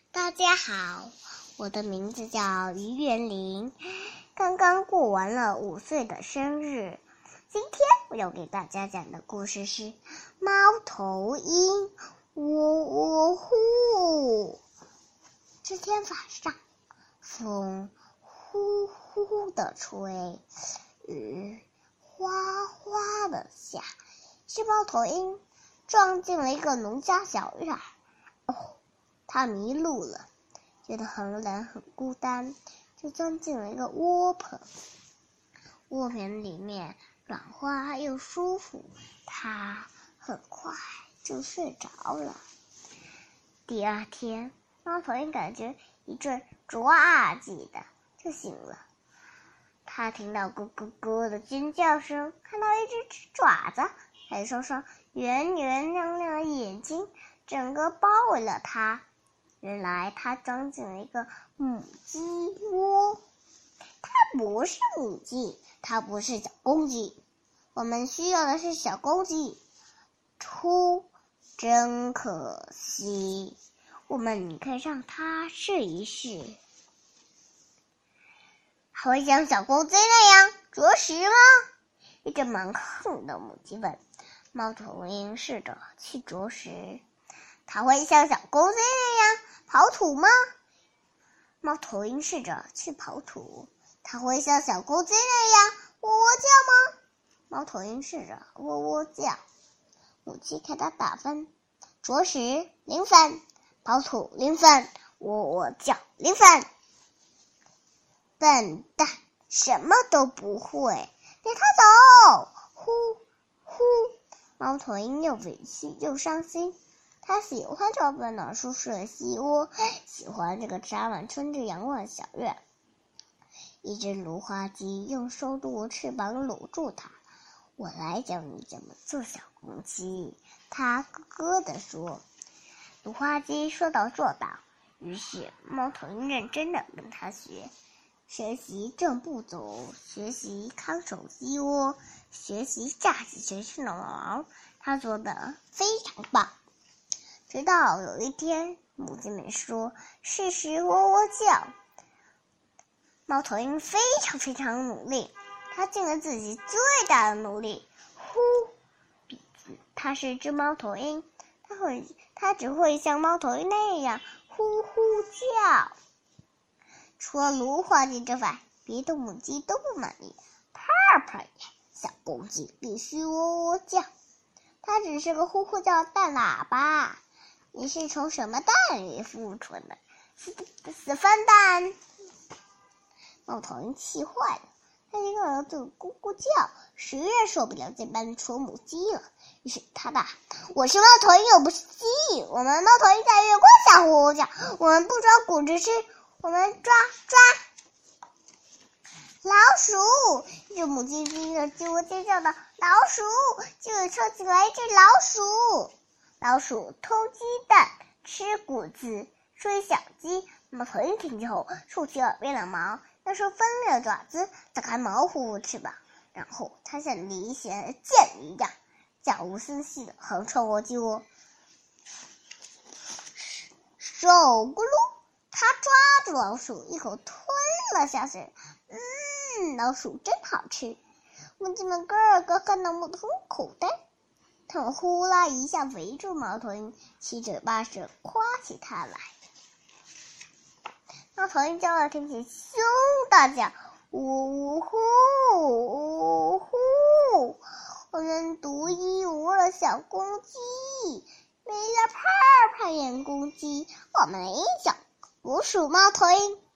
大家好，我的名字叫于元林，刚刚过完了5岁的生日。今天我要给大家讲的故事是猫头鹰喔喔呼。这天晚上，风呼呼地吹，雨哗哗地下，是猫头鹰撞进了一个农家小院。他迷路了，觉得很冷很孤单，就钻进了一个窝棚。窝棚里面软和又舒服，他很快就睡着了。第二天，猫头鹰感觉一阵抓叽的就醒了。他听到咯咯咯的尖叫声，看到一只爪子，还有双双圆圆亮亮的眼睛，整个包围了他。原来他钻进了一个母鸡窝。它不是母鸡，它不是小公鸡，我们需要的是小公鸡。真可惜，我们可以让它试一试。还会像小公鸡那样啄食吗？一只蛮横的母鸡问。猫头鹰试着去啄食。它会像小公鸡那样刨土吗？猫头鹰试着去刨土。它会像小公鸡那样喔喔叫吗？猫头鹰试着喔喔叫。母鸡给它打分：啄食0分，刨土0分，喔喔叫0分。笨蛋，什么都不会，给它走！呼呼，猫头鹰又委屈又伤心。他喜欢这温暖舒适的鸡窝，喜欢这个插满春日阳光的小院。一只芦花鸡用瘦弱的翅膀搂住它。我来教你怎么做小公鸡，它咯咯地说。芦花鸡说到做到，于是猫头鹰认真地跟它学习正步走，学习看守鸡窝，学习炸起全身的毛。它做得非常棒。直到有一天，母鸡们说试试喔喔叫。猫头鹰非常努力，它尽了自己最大的努力。呼，鼻子，它是只猫头鹰，它只会像猫头鹰那样呼呼叫。除了芦花鸡之外，别的母鸡都不满意。啪，小公鸡必须喔喔叫，它只是个呼呼叫的大喇叭。你是从什么蛋里孵出的？死分蛋！猫头鹰气坏了，它一个儿子咕咕叫，实在受不了这般啄母鸡了。于是他大：我是猫头鹰，又不是鸡，我们猫头鹰在月光下呼呼叫，我们不抓谷子吃，我们抓老鼠！一只母鸡听着鸡窝尖叫的老鼠，就冲进来一只老鼠。老鼠偷鸡蛋，吃谷子，追小鸡。猫头鹰听见后，竖起耳边的毛，那双锋利的爪子打开毛乎乎翅膀，然后它像离弦的箭一样，悄无声息地横穿我鸡窝。手咕噜，它抓住老鼠，一口吞了下去。老鼠真好吃。母鸡们个个看到猫头鹰口袋。他们呼啦一下围住猫头鹰，七嘴八舌夸起它来。猫头鹰叫了听起凶大叫：呜呼呜呼！我们独一无二的小公鸡，没了啪眼公鸡，我们的英雄捕鼠猫头鹰。